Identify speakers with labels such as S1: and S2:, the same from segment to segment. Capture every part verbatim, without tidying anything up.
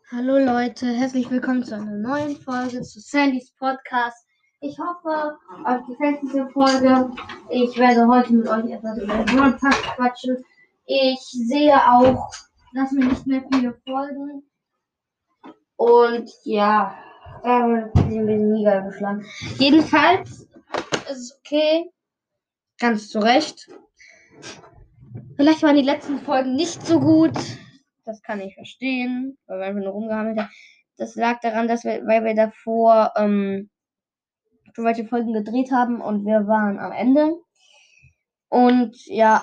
S1: Hallo Leute, herzlich willkommen zu einer neuen Folge zu Sandys Podcast. Ich hoffe, euch gefällt diese Folge. Ich werde heute mit euch etwas über den Brawl Pass quatschen. Ich sehe auch, dass mir nicht mehr viele Folgen. Und ja, da wird ein bisschen Niger geschlagen. Jedenfalls ist es okay. Ganz zu Recht. Vielleicht waren die letzten Folgen nicht so gut. Das kann ich verstehen, weil wir einfach nur rumgehammelt haben. Das lag daran, dass wir, weil wir davor ähm, schon welche Folgen gedreht haben und wir waren am Ende. Und ja,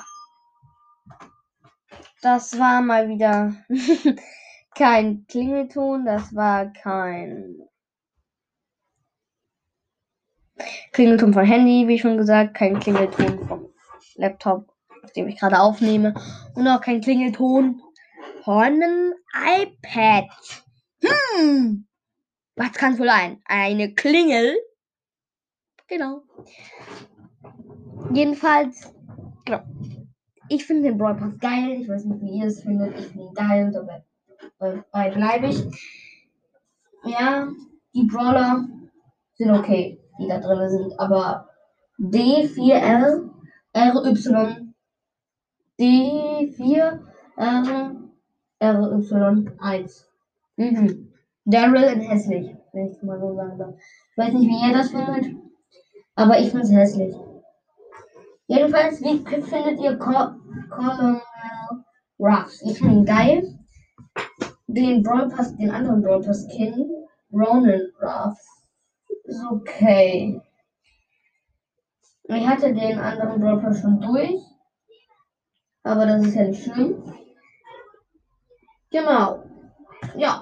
S1: das war mal wieder kein Klingelton, das war kein Klingelton von Handy, wie schon gesagt, kein Klingelton vom Laptop, auf dem ich gerade aufnehme, und auch kein Klingelton von einem iPad. Hm, was kann es wohl sein? Eine Klingel? Genau. Jedenfalls, genau. Ich finde den Brawl Pass geil. Ich weiß nicht, wie ihr es findet. Ich finde ihn geil. Dabei, dabei bleibe ich. Ja, die Brawler sind okay, die da drin sind. Aber D vier R, R Y, D vier R, R Y eins. Mhm. Daryl und hässlich, wenn ich es mal so sagen darf. Ich weiß nicht, wie ihr das findet, aber ich finde es hässlich. Jedenfalls, wie findet ihr Colonel Ruffs? Ich finde ihn geil. Den Brawl Pass, den anderen Brawl Pass kennen. Ronan Ruffs ist okay. Ich hatte den anderen Brawl Pass schon durch. Aber das ist ja nicht schlimm. Genau. Ja.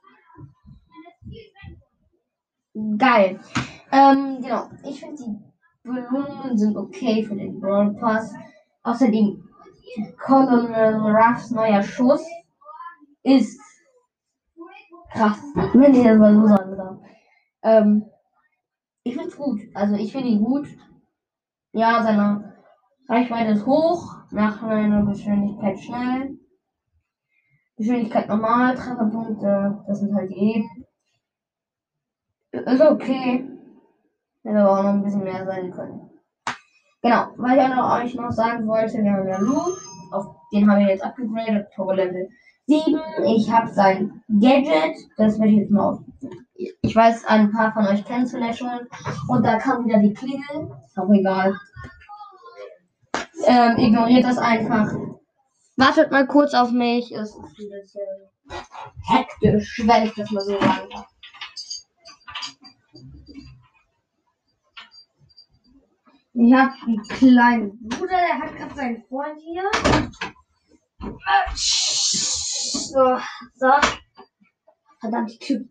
S1: Geil. Ähm, genau. Ich finde die Belohnungen sind okay für den Brawl Pass. Außerdem Colonel Ruffs neuer Schuss ist krass, wenn ich das mal so sagen darf. Ähm, ich finde es gut. Also ich finde ihn gut. Ja, seine Reichweite ist hoch. Nach einer Geschwindigkeit schnell. Geschwindigkeit normal. Trefferpunkte, das sind halt die eben. Ist okay. Hätte aber auch noch ein bisschen mehr sein können. Genau, weil ich auch euch noch sagen wollte, wir haben ja Lu. Auf den habe ich jetzt abgegradet. Power Level sieben. Ich habe sein Gadget. Das werde ich jetzt mal auf. Ich weiß, ein paar von euch kennen es vielleicht schon. Und da kam wieder die Klingel. Ist auch egal. Ähm, ignoriert das einfach. Wartet mal kurz auf mich. Es ist ein bisschen hektisch, wenn ich das mal so sagen darf. Ich habe einen kleinen Bruder, der hat gerade seinen Freund hier. So, so. Verdammt, die Tür.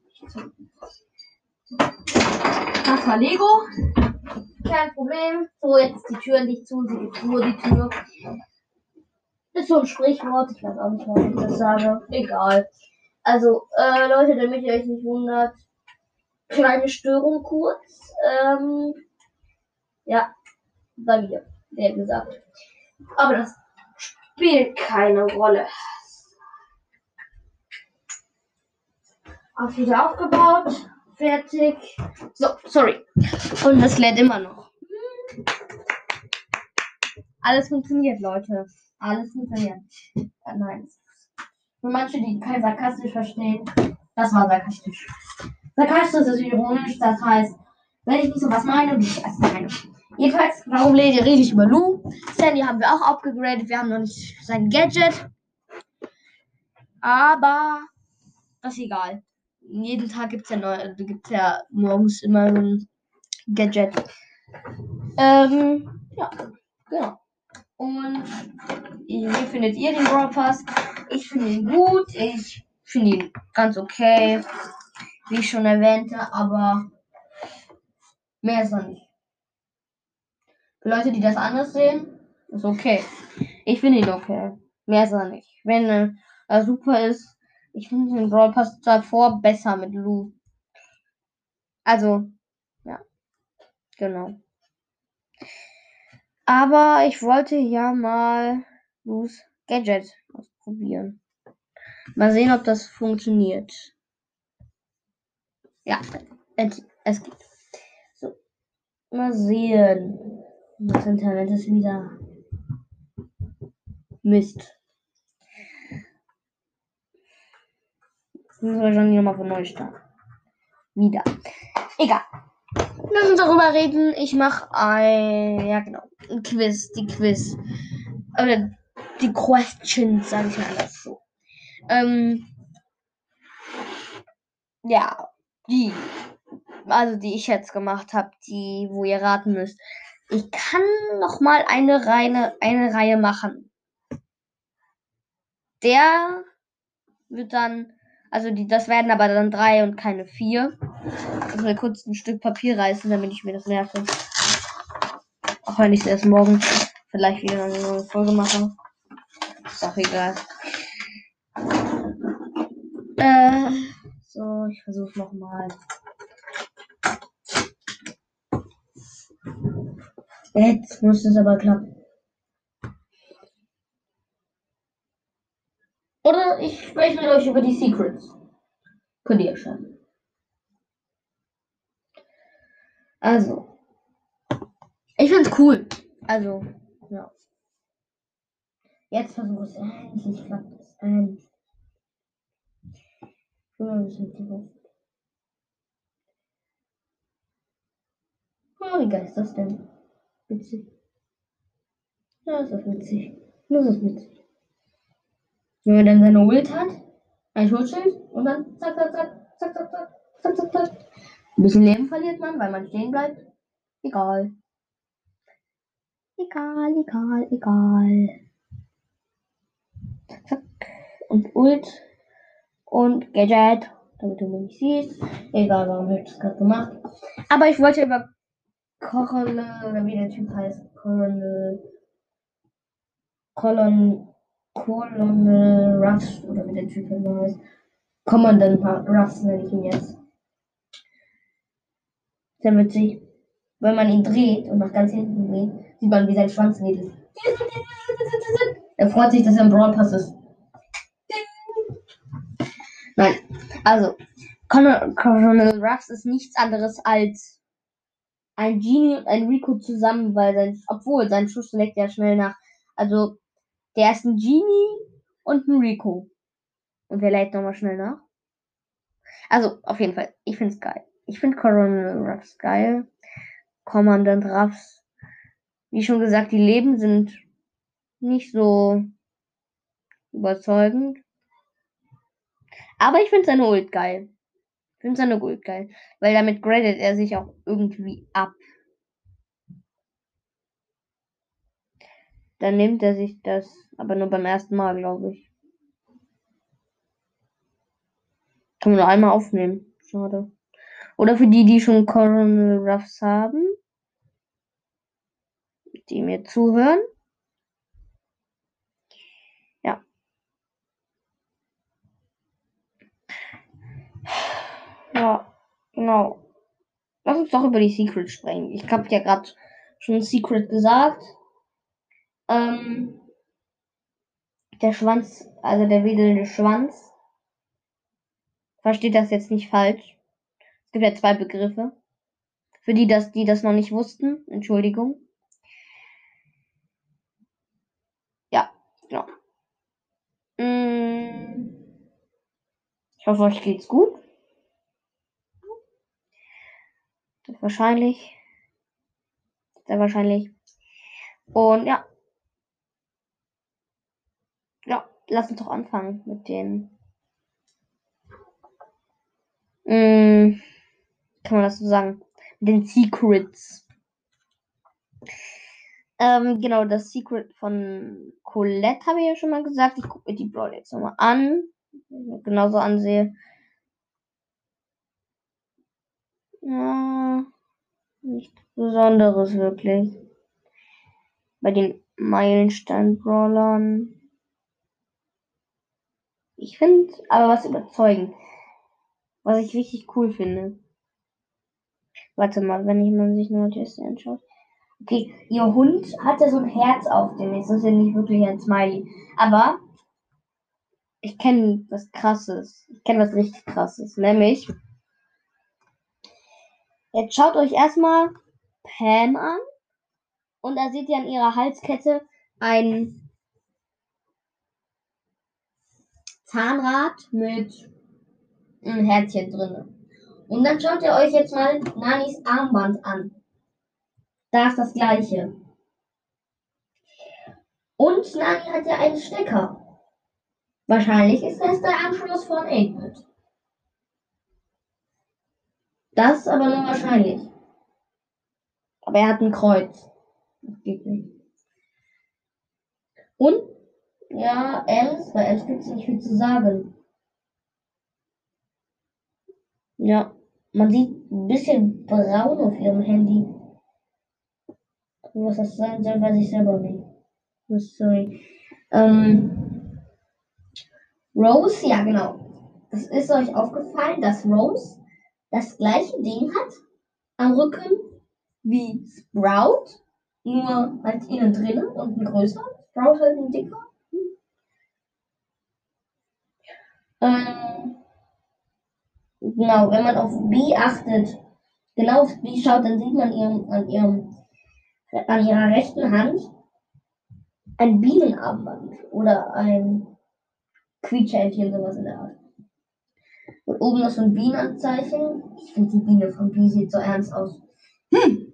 S1: Das war Lego. Kein Problem. So, jetzt ist die Tür nicht zu, sie geht nur die Tür. Ist so ein Sprichwort, ich weiß auch nicht, warum ich das sage. Egal. Also, äh, Leute, damit ihr euch nicht wundert, kleine Störung kurz. Ähm, ja, bei mir, wie gesagt. Aber das spielt keine Rolle. Auf wieder aufgebaut. Fertig. So, sorry. Und das lädt immer noch. Alles funktioniert, Leute. Alles funktioniert. Ja, nein. Für manche, die kein sarkastisch verstehen, das war sarkastisch. Sarkastisch ist ironisch, das heißt, wenn ich nicht so was meine, wie ich es meine. Jedenfalls, warum rede ich über Lu? Sandy haben wir auch abgegradet, wir haben noch nicht sein Gadget. Aber das ist egal. Jeden Tag gibt es ja neu, gibt's ja morgens immer so ein Gadget. Ähm, ja, genau. Und wie findet ihr den Brawl Pass? Ich finde ihn gut, ich finde ihn ganz okay, wie ich schon erwähnte, aber mehr ist er nicht. Für Leute, die das anders sehen, ist okay. Ich finde ihn okay. Mehr ist er nicht. Wenn er super ist, ich finde den Brawl Pass davor besser mit Lu. Also, ja, genau. Aber ich wollte ja mal Lus Gadget ausprobieren. Mal sehen, ob das funktioniert. Ja, es, es geht. So, mal sehen. Das Internet ist wieder Mist. Jetzt müssen wir schon nochmal von neu starten. Wieder. Egal. Lass uns darüber reden. Ich mache ein, ja genau, ein Quiz, die Quiz. Oder die Questions, sage ich mal alles so. Ähm, ja, die, also die ich jetzt gemacht habe, die, wo ihr raten müsst. Ich kann noch mal eine Reihe, eine Reihe machen. Der wird dann, also die, das werden aber dann drei und keine vier. Ich muss mir kurz ein Stück Papier reißen, damit ich mir das merke. Auch wenn ich es erst morgen vielleicht wieder eine neue Folge mache. Ist doch egal. Äh, so, ich versuche nochmal. Jetzt muss es aber klappen. Oder ich spreche mit euch über die Secrets. Könnt ihr schreiben. Also. Ich find's cool. Also, ja. Jetzt versuche ich es endlich. Klappt es endlich. Ich will mal ein bisschen tiefer. Oh, wie geil ist das denn? Witzig. Ja, ist das witzig. Das ist witzig. Wenn man dann seine Ult hat, ein Schutzschild und dann zack, zack, zack, zack, zack, zack, zack, zack, zack. Ein bisschen Leben verliert man, weil man stehen bleibt. Egal. Egal, egal, egal. Zack, zack. Und Ult. Und Gadget. Damit du mich siehst. Egal, warum habe ich das gerade gemacht. Aber ich wollte über Coronel, oder wie der Typ heißt. Coronel. Colon. Colonel Ruffs, oder wie der Typ immer heißt. Commandant Ruffs nenne ich ihn jetzt. Sehr witzig. Wenn man ihn dreht und nach ganz hinten dreht, sieht man, wie sein Schwanz wedelt. Er freut sich, dass er im Brawl Pass ist. Nein, also, Colonel Ruffs ist nichts anderes als ein Genie und ein Rico zusammen, weil sein, obwohl sein Schuss schlägt ja schnell nach. Also, der ist ein Genie und ein Rico. Und wer lädt nochmal schnell nach? Also, auf jeden Fall, ich find's geil. Ich find Colonel Ruffs geil. Kommandant Ruffs. Wie schon gesagt, die Leben sind nicht so überzeugend. Aber ich finde seine Ult geil. Ich finde seine Ult geil. Weil damit gradet er sich auch irgendwie ab. Dann nimmt er sich das, aber nur beim ersten Mal, glaube ich. Kann man nur einmal aufnehmen. Schade. Oder für die, die schon Colonel Ruffs haben, die mir zuhören. Ja. Ja, genau. Lass uns doch über die Secrets sprechen. Ich habe ja gerade schon Secret gesagt. Ähm, der Schwanz, also der wedelnde Schwanz. Versteht das jetzt nicht falsch. Es gibt ja zwei Begriffe. Für die, das, die das noch nicht wussten. Entschuldigung. Ja, genau. Mm, ich hoffe, euch geht's gut. Sehr wahrscheinlich. Sehr wahrscheinlich. Und ja. Ja, lass uns doch anfangen mit den. Mm, kann man das so sagen? Mit den Secrets. Ähm, genau, das Secret von Colette habe ich ja schon mal gesagt. Ich gucke mir die Brawl jetzt nochmal an. Genauso ansehe. Ja, nichts Besonderes wirklich. Bei den Meilenstein-Brawlern. Ich finde aber was überzeugend. Was ich richtig cool finde. Warte mal, wenn ich mal sich nur das anschaut. Okay, ihr Hund hat ja so ein Herz auf dem. Das ist ja nicht wirklich ein Smiley. Aber ich kenne was Krasses. Ich kenne was richtig Krasses. Nämlich Jetzt schaut euch erstmal Pam an. Und da seht ihr an ihrer Halskette ein Zahnrad mit einem Herzchen drin. Und dann schaut ihr euch jetzt mal Nanis Armband an. Da ist das gleiche. Und Nani hat ja einen Stecker. Wahrscheinlich ist das der Anschluss von acht-Bit. Das ist aber nur wahrscheinlich. Aber er hat ein Kreuz. Das geht nicht. Und? Ja, Alice, bei Alice gibt es nicht viel zu sagen. Ja, man sieht ein bisschen braun auf ihrem Handy. Was das sein soll, weiß ich selber nicht. Sorry. Ähm, Rose, ja genau. Das ist euch aufgefallen, dass Rose das gleiche Ding hat am Rücken wie Sprout, nur halt innen drinnen und ein größer. Sprout halt ein dicker. Ähm, genau, wenn man auf B achtet, genau auf B schaut, dann sieht man ihrem, an, ihrem, an ihrer rechten Hand ein Bienenarmband oder ein Quietschentchen, sowas in der Art. Und oben noch so ein Bienenanzeichen. Ich finde die Biene von B sieht so ernst aus. Hm.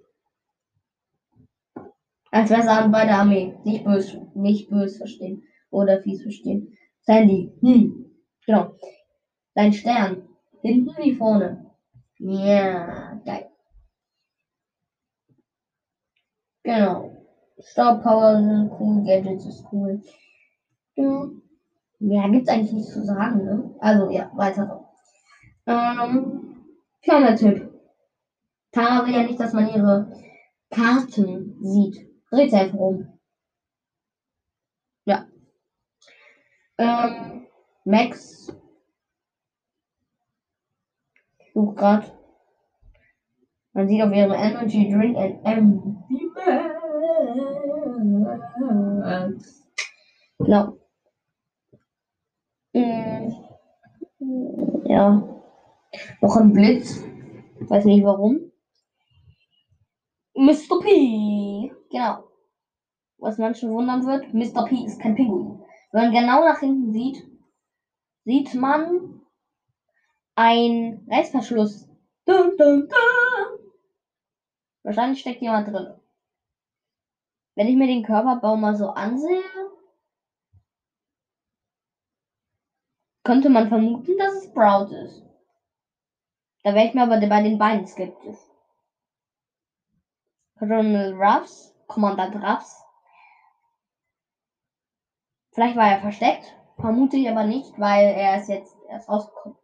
S1: Als wäre sie bei der Armee. Nicht böse, nicht böse verstehen. Oder fies verstehen. Sandy. Hm. Genau. Dein Stern. Hinten wie vorne. Ja, geil. Genau. Star Power sind cool, Gadgets ist cool. Ja, ja gibt's eigentlich nichts zu sagen, ne? Also, ja, weiter. Ähm, kleiner Tipp. Tara will ja nicht, dass man ihre Karten sieht. Dreht sie einfach um. Ja. Ähm, Max. Sucht grad. Man sieht auf ihrem Energy Drink ein M. Genau. Mm, ja. Noch ein Blitz. Weiß nicht warum. Mister P. Genau. Was manchen wundern wird, Mister P ist kein Pinguin. Wenn man genau nach hinten sieht, sieht man ein Reißverschluss. Dun, dun, dun. Wahrscheinlich steckt jemand drin. Wenn ich mir den Körperbau mal so ansehe, könnte man vermuten, dass es Sprout ist. Da wäre ich mir aber bei den Beinen skeptisch. Colonel Ruffs, Kommandant Ruffs. Vielleicht war er versteckt, vermute ich aber nicht, weil er ist jetzt erst rausgekommen.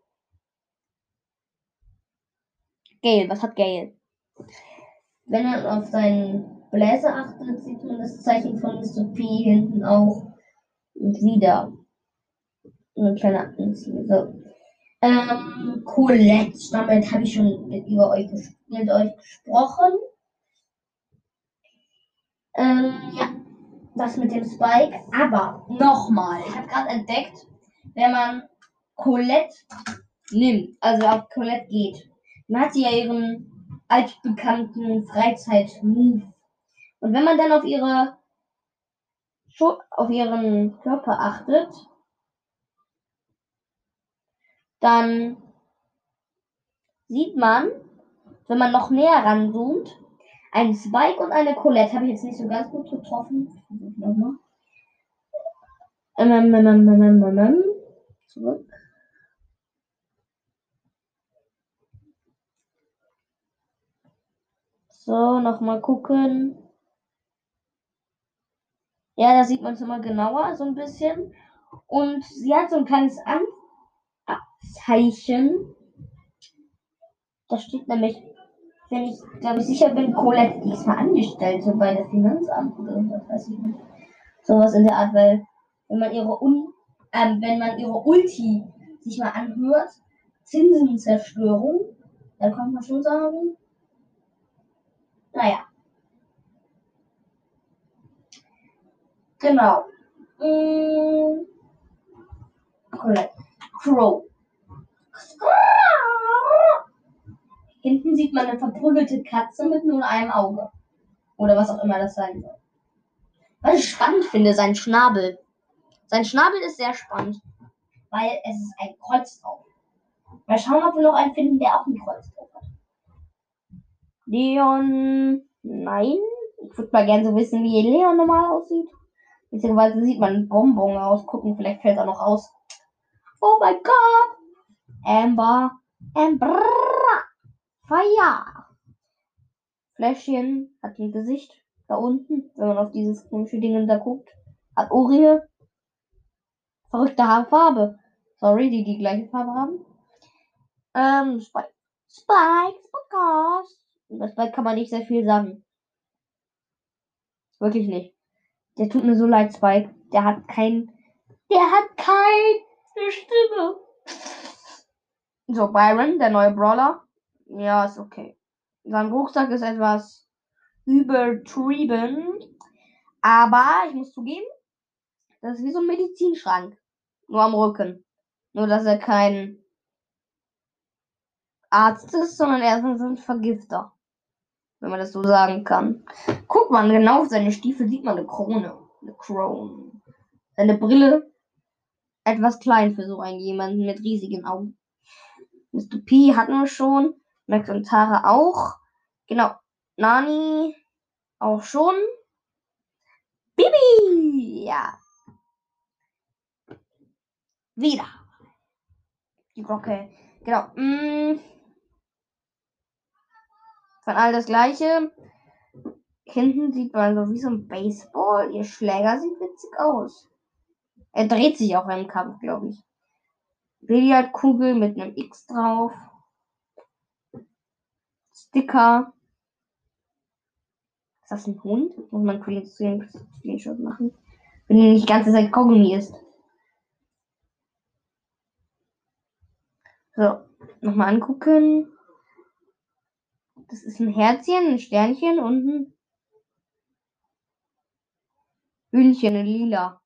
S1: Gale, was hat Gale? Wenn man auf seinen Bläser achtet, sieht man das Zeichen von Mister P hinten auch und wieder. Eine kleine Anziehung. So. Ähm, Colette, damit habe ich schon mit, über euch, mit euch gesprochen. Ähm, ja, das mit dem Spike. Aber nochmal, ich habe gerade entdeckt, wenn man Colette nimmt, also auf Colette geht, dann hat sie ja ihren altbekannten Freizeit-Move. Und wenn man dann auf ihre auf ihren Körper achtet, dann sieht man, wenn man noch näher ranzoomt, ein Spike und eine Colette. Habe ich jetzt nicht so ganz gut getroffen. Nochmal. Ähm, ähm, ähm, ähm, ähm, ähm. Zurück. So, nochmal gucken. Ja, da sieht man es immer genauer, so ein bisschen. Und sie hat so ein kleines Anzeichen. Da steht nämlich, wenn ich, glaube ich, sicher bin, Colette diesmal Angestellte bei der Finanzamt oder irgendwas, weiß ich nicht. Sowas in der Art, weil wenn man ihre Un ähm, wenn man ihre Ulti sich mal anhört, Zinsenzerstörung, dann kann man schon sagen, naja. Genau. Mmh. Colette. Crow. Hinten sieht man eine verprügelte Katze mit nur einem Auge. Oder was auch immer das sein soll. Was ich spannend finde, sein Schnabel. Sein Schnabel ist sehr spannend. Weil es ist ein Kreuz drauf. Mal schauen, ob wir noch einen finden, der auch ein Kreuz drauf hat. Leon. Nein. Ich würde mal gerne so wissen, wie Leon normal aussieht. Beziehungsweise sieht man Bonbon aus. Gucken, vielleicht fällt er noch aus. Oh mein Gott. Amber. Amber. Feuer. Fläschchen hat ein Gesicht. Da unten, wenn man auf dieses komische Ding da guckt. Hat Uriel. Verrückte Haarfarbe. Sorry, die die gleiche Farbe haben. Ähm, Spike. Spike, Podcast. Über Spike kann man nicht sehr viel sagen. Wirklich nicht. Der tut mir so leid, Spike. Der hat kein... Der hat keine Stimme. So, Byron, der neue Brawler. Ja, ist okay. Sein Rucksack ist etwas übertrieben. Aber ich muss zugeben, das ist wie so ein Medizinschrank. Nur am Rücken. Nur, dass er kein Arzt ist, sondern er ist so ein Vergifter. Wenn man das so sagen kann. Guckt man genau auf seine Stiefel, sieht man eine Krone. Eine Krone. Seine Brille etwas klein für so einen jemanden mit riesigen Augen. Mister P hatten wir schon. Max und Tara auch. Genau. Nani auch schon. Bibi! Ja. Wieder. Die Glocke. Genau. Mm. Von all das Gleiche. Hinten sieht man so wie so ein Baseball. Ihr Schläger sieht witzig aus. Er dreht sich auch im Kampf, glaube ich. Billardkugel mit einem X drauf. Sticker. Ist das ein Hund? Muss man einen Screenshot machen. Wenn die nicht die ganze Zeit Kaugummi ist. So, nochmal angucken. Das ist ein Herzchen, ein Sternchen und ein Hühnchen, ein Lila.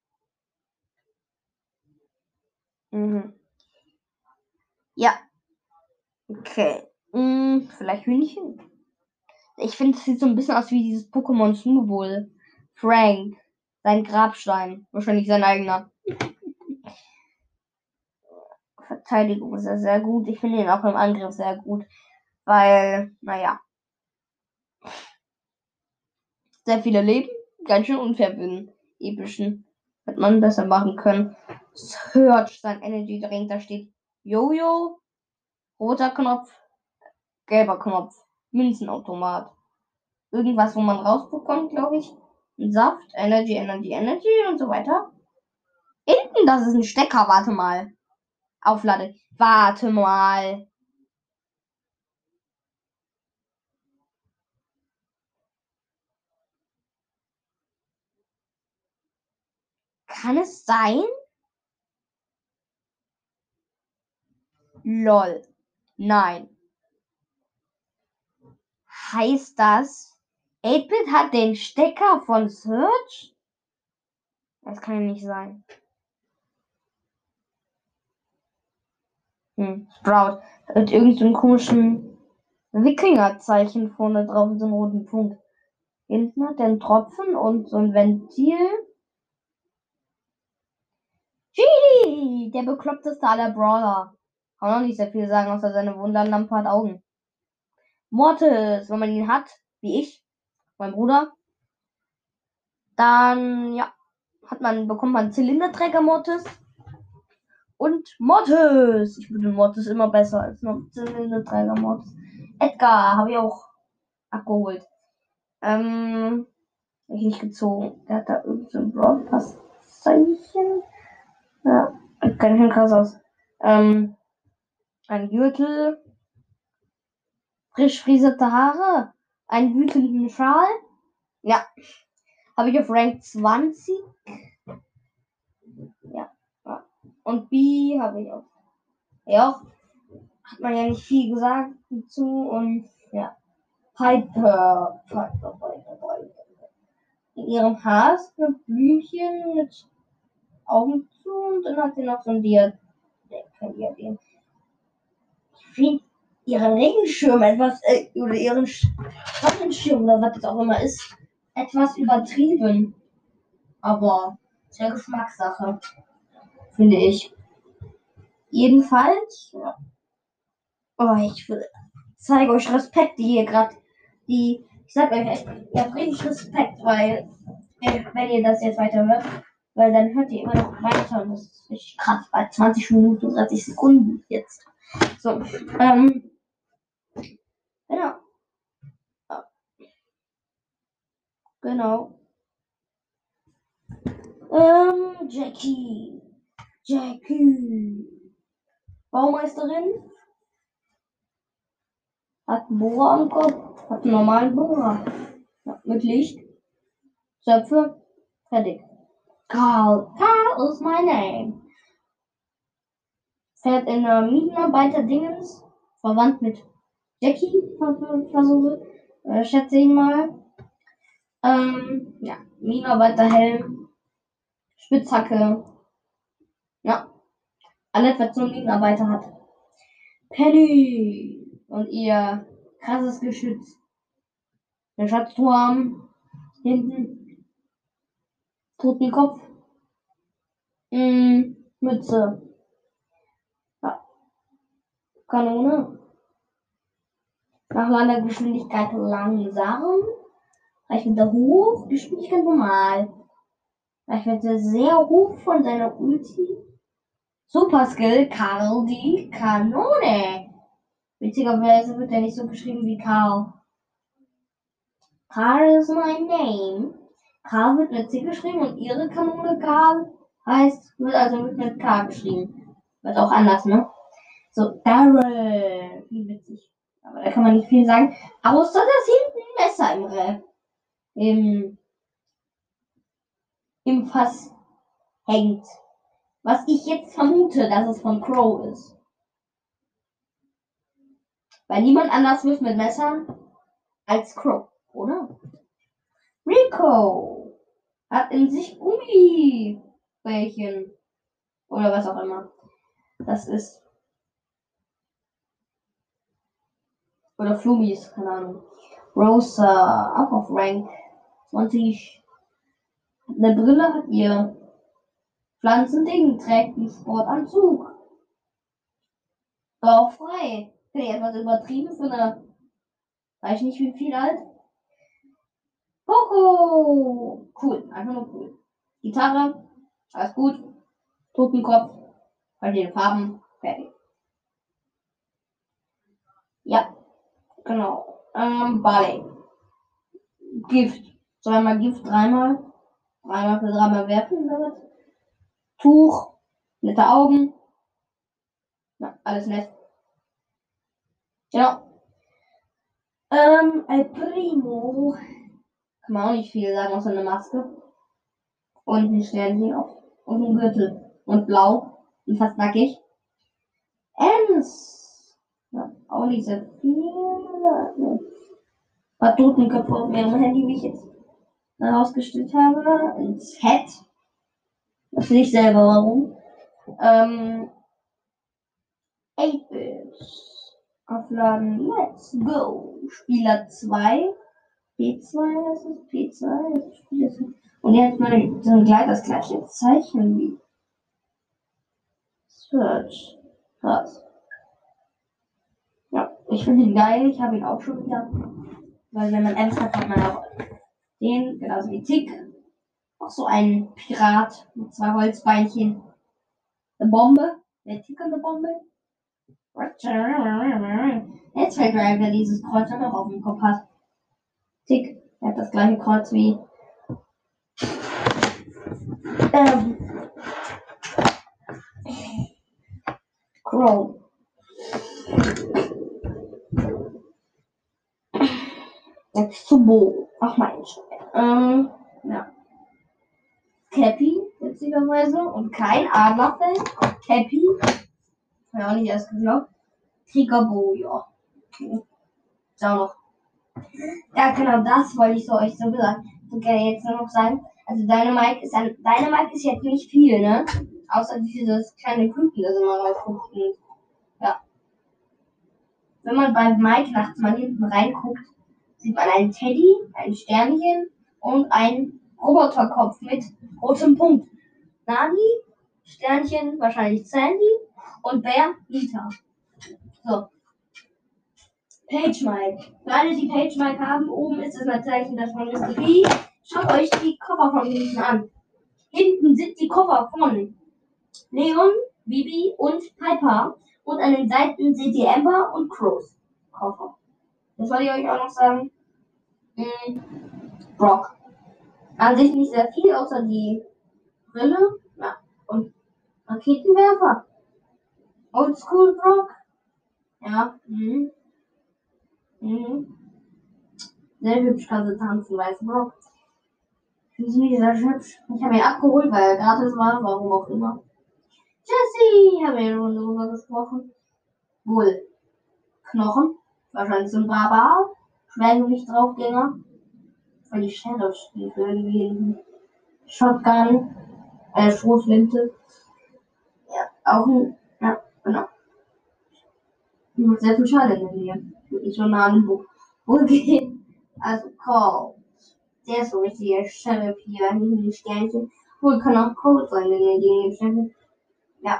S1: Mhm. Ja. Okay. Hm, vielleicht Hühnchen. Ich finde, es sieht so ein bisschen aus wie dieses Pokémon Snowball. Frank. Sein Grabstein. Wahrscheinlich sein eigener. Verteidigung ist er sehr gut. Ich finde ihn auch im Angriff sehr gut. Weil, naja. Sehr viele Leben. Ganz schön unfair für den epischen. Hätte man besser machen können. Search, sein Energy Drink. Da steht Jojo. Roter Knopf. Gelber Knopf. Münzenautomat. Irgendwas, wo man rausbekommt, glaube ich. Ein Saft. Energy, Energy, Energy und so weiter. Hinten, das ist ein Stecker. Warte mal. Auflade. Warte mal. Kann es sein? Lol. Nein. Heißt das, acht-Bit hat den Stecker von Search? Das kann ja nicht sein. Hm, Sprout. Mit irgendeinem komischen Wikingerzeichen vorne drauf, so einen roten Punkt. Hinten hat er einen Tropfen und so ein Ventil. Genie! Der bekloppteste aller Brawler. Kann auch nicht sehr viel sagen, außer seine Wunderlampe hat Augen. Mortis, wenn man ihn hat, wie ich, mein Bruder, dann, ja, hat man, bekommt man Zylinderträger Mortis und Mortis. Ich finde Mortis immer besser als noch Zylinderträger Mortis. Edgar habe ich auch abgeholt. Ähm, hab ich nicht gezogen. Der hat da irgend so ein Broadpass-Zeichen. Ja, sieht ganz schön krass aus. Ähm, ein Gürtel. Frisch frisierte Haare. Einen wütenden Schal. Ja. Habe ich auf Rank zwanzig. Ja. ja. Und B habe ich auch. Ja, hat man ja nicht viel gesagt dazu. Und ja. Piper. Piper, Piper, Piper. In ihrem Haar ist ein Blümchen mit Augen zu und dann hat sie noch so ein Diadem. Kein Diadem. Ich finde ihren Regenschirm etwas, äh, oder ihren Sonnenschirm oder was das auch immer ist, etwas übertrieben. Aber sehr Geschmackssache, finde ich. Jedenfalls, ja. Oh, ich zeige euch Respekt, die hier gerade, die, ich sag euch echt, ihr habt richtig Respekt, weil, äh, wenn ihr das jetzt weiter hört, weil dann hört ihr immer noch weiter und das ist richtig krass, bei zwanzig Minuten und dreißig Sekunden jetzt. So, ähm, genau. Genau. Ähm, Jackie. Jackie. Baumeisterin. Hat einen Bohrer am Kopf. Hat einen normalen Bohrer. Ja, mit Licht. Zöpfe. Fertig. Karl. Karl is my name. Fährt in einer Minenarbeiter-Dingens. Verwandt mit Jackie. Versuche. Äh, schätze ich mal. Ähm, ja. Minenarbeiterhelm. Spitzhacke. Ja. Alles, was so ein Minenarbeiter hat. Penny und ihr krasses Geschütz. Der Schatzturm hinten. Totenkopf. Mm, Mütze. Ja. Kanone. Nach langer Geschwindigkeit langsam. Reichweite hoch. Geschwindigkeit normal. Reichweite sehr hoch von seiner Ulti. Super Skill. Karl die Kanone. Witzigerweise wird er nicht so geschrieben wie Karl. Karl is my name. Karl wird mit C geschrieben und ihre Kanone Karl heißt, wird also mit K geschrieben. Wird auch anders, ne? So, Daryl. Wie witzig. Aber da kann man nicht viel sagen. Außer, dass hinten ein Messer im Rap. Im, im Fass hängt. Was ich jetzt vermute, dass es von Crow ist. Weil niemand anders wirft mit Messern als Crow, oder? Rico hat in sich Gummibärchen. Oder was auch immer das ist. Oder Flumis, keine Ahnung. Rosa, auch auf Rank zwanzig. Eine Brille hat ihr. Pflanzending trägt einen Sportanzug. Bauchfrei. Finde ich etwas übertrieben für eine. Weiß nicht wie viel alt. Coco! Cool, einfach nur cool. Gitarre, alles gut. Totenkopf, verschiedene Farben, fertig. Ja, genau. Ähm, Barley. Gift. Zweimal Gift, dreimal. Dreimal für dreimal werfen, oder was? Tuch, nette Augen. Ja, alles nett. Genau. Ähm, El Primo. Kann man auch nicht viel sagen, außer eine Maske. Und ein Sternchen auf. Und ein Gürtel. Und blau. Und fast nackig. Ems. Ja, auch nicht sehr viel. Ein paar Totenköpfe auf ihrem Handy, wie ich jetzt herausgestellt habe. Ein Set. Das will ich selber, warum? Ähm, acht-Bit. Aufladen. Let's go. Spieler zwei. P zwei ist es. P zwei. Und jetzt mal so gleich das gleiche Zeichen wie Search. Krass. Ja, ich finde ihn geil. Ich habe ihn auch schon wieder. Weil wenn man Ems hat, hat man auch den. Genauso wie Tick. Auch so ein Pirat mit zwei Holzbeinchen. Eine Bombe. Der Tick und eine Bombe. Jetzt fällt mir ein, wer dieses Kreuz auch noch auf dem Kopf hat. Tick. Er hat das gleiche Kreuz wie. Ähm. Crow. Jetzt zu Bo. Ach mein Gott. Ähm. Ja. Cappy, witzigerweise. Und kein Adlerfell. Cappy. Hab ich auch nicht erst geglaubt. Kriegerbo, ja. Okay. Ist auch noch. Ja, genau, das wollte ich so euch so gesagt. So gerne jetzt nur noch sagen. Also Dynamite ist ein. Dynamite ist jetzt nicht viel, ne? Außer dieses kleine Küken, das immer rausguckt. Ja. wenn man bei Mike nachts mal hinten reinguckt, sieht man einen Teddy, ein Sternchen und einen Roboterkopf mit rotem Punkt. Nani, Sternchen, wahrscheinlich Sandy und Bär, Nita. So. Page Mike. Für alle, die Page Mike haben, oben ist das Zeichen das von Mister P. Schaut euch die Koffer von hinten an. Hinten sind die Koffer von Leon, Bibi und Piper. Und an den Seiten seht ihr Amber und Crows Koffer. Das wollte ich euch auch noch sagen. Hm. Brock. An sich nicht sehr viel, außer die Brille. Ja. Und Raketenwerfer. Oldschool Brock. Ja. Mhm. Mhm. Sehr hübsch kann sie tanzen, weiß Brock. Finde ich nicht sehr hübsch. Ich habe ihn abgeholt, weil er gratis war, warum auch immer. Jessie, haben wir schon darüber gesprochen. Wohl. Knochen. Wahrscheinlich so ein Barbar. Schwergewicht Draufgänger. Weil die Sheriff-Stiefel irgendwie. Shotgun. Äh, Schrotflinte. Ja, auch ein. Ja, genau. Macht sehr viel Schaden in der Nähe. Wirklich schon nah an den Buch gehen. Also Call. Der ist so richtig der Sheriff hier. Hier sind die Sternchen. Wohl kann auch Code sein, wenn wir gegen den Sheriff. Ja.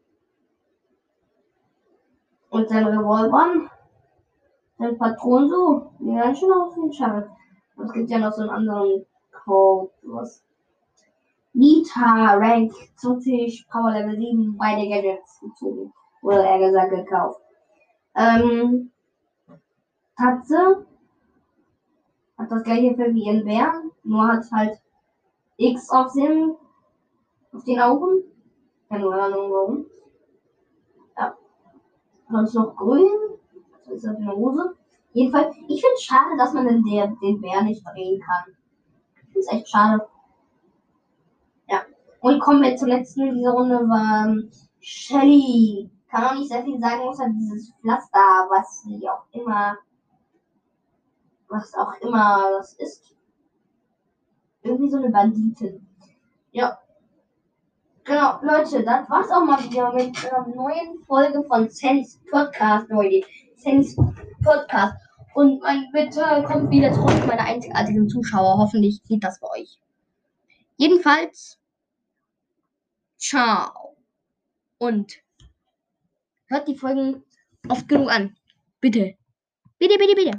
S1: Und sein Revolver. Sein Patron so. Die ganz schön aus dem Sheriff. Es gibt ja noch so einen anderen Code. Was? Nita Rank zwanzig, Power Level sieben, beide Gadgets gezogen. Oder eher gesagt gekauft. Ähm. Tatze. Hat das gleiche Fell wie ihren Bär. Nur hat halt X auf den, auf den Augen. Keine Ahnung warum. Ja. Sonst noch grün. Das ist eine Hose. Jedenfalls, ich finde es schade, dass man den, den Bär nicht drehen kann. Ich finde es echt schade. Ja. Und kommen wir zur letzten dieser Runde, war ähm, Shelly. Kann auch nicht sehr viel sagen, außer dieses Pflaster, was sie auch immer, was auch immer das ist. Irgendwie so eine Banditin. Ja. Genau, Leute, das war's auch mal wieder mit einer neuen Folge von Sannys Podcast, Leute. Sannys Podcast. Und mein Bitte kommt wieder zurück zu meiner einzigartigen Zuschauer. Hoffentlich geht das bei euch. Jedenfalls, ciao. Und hört die Folgen oft genug an. Bitte. Bitte, bitte, bitte.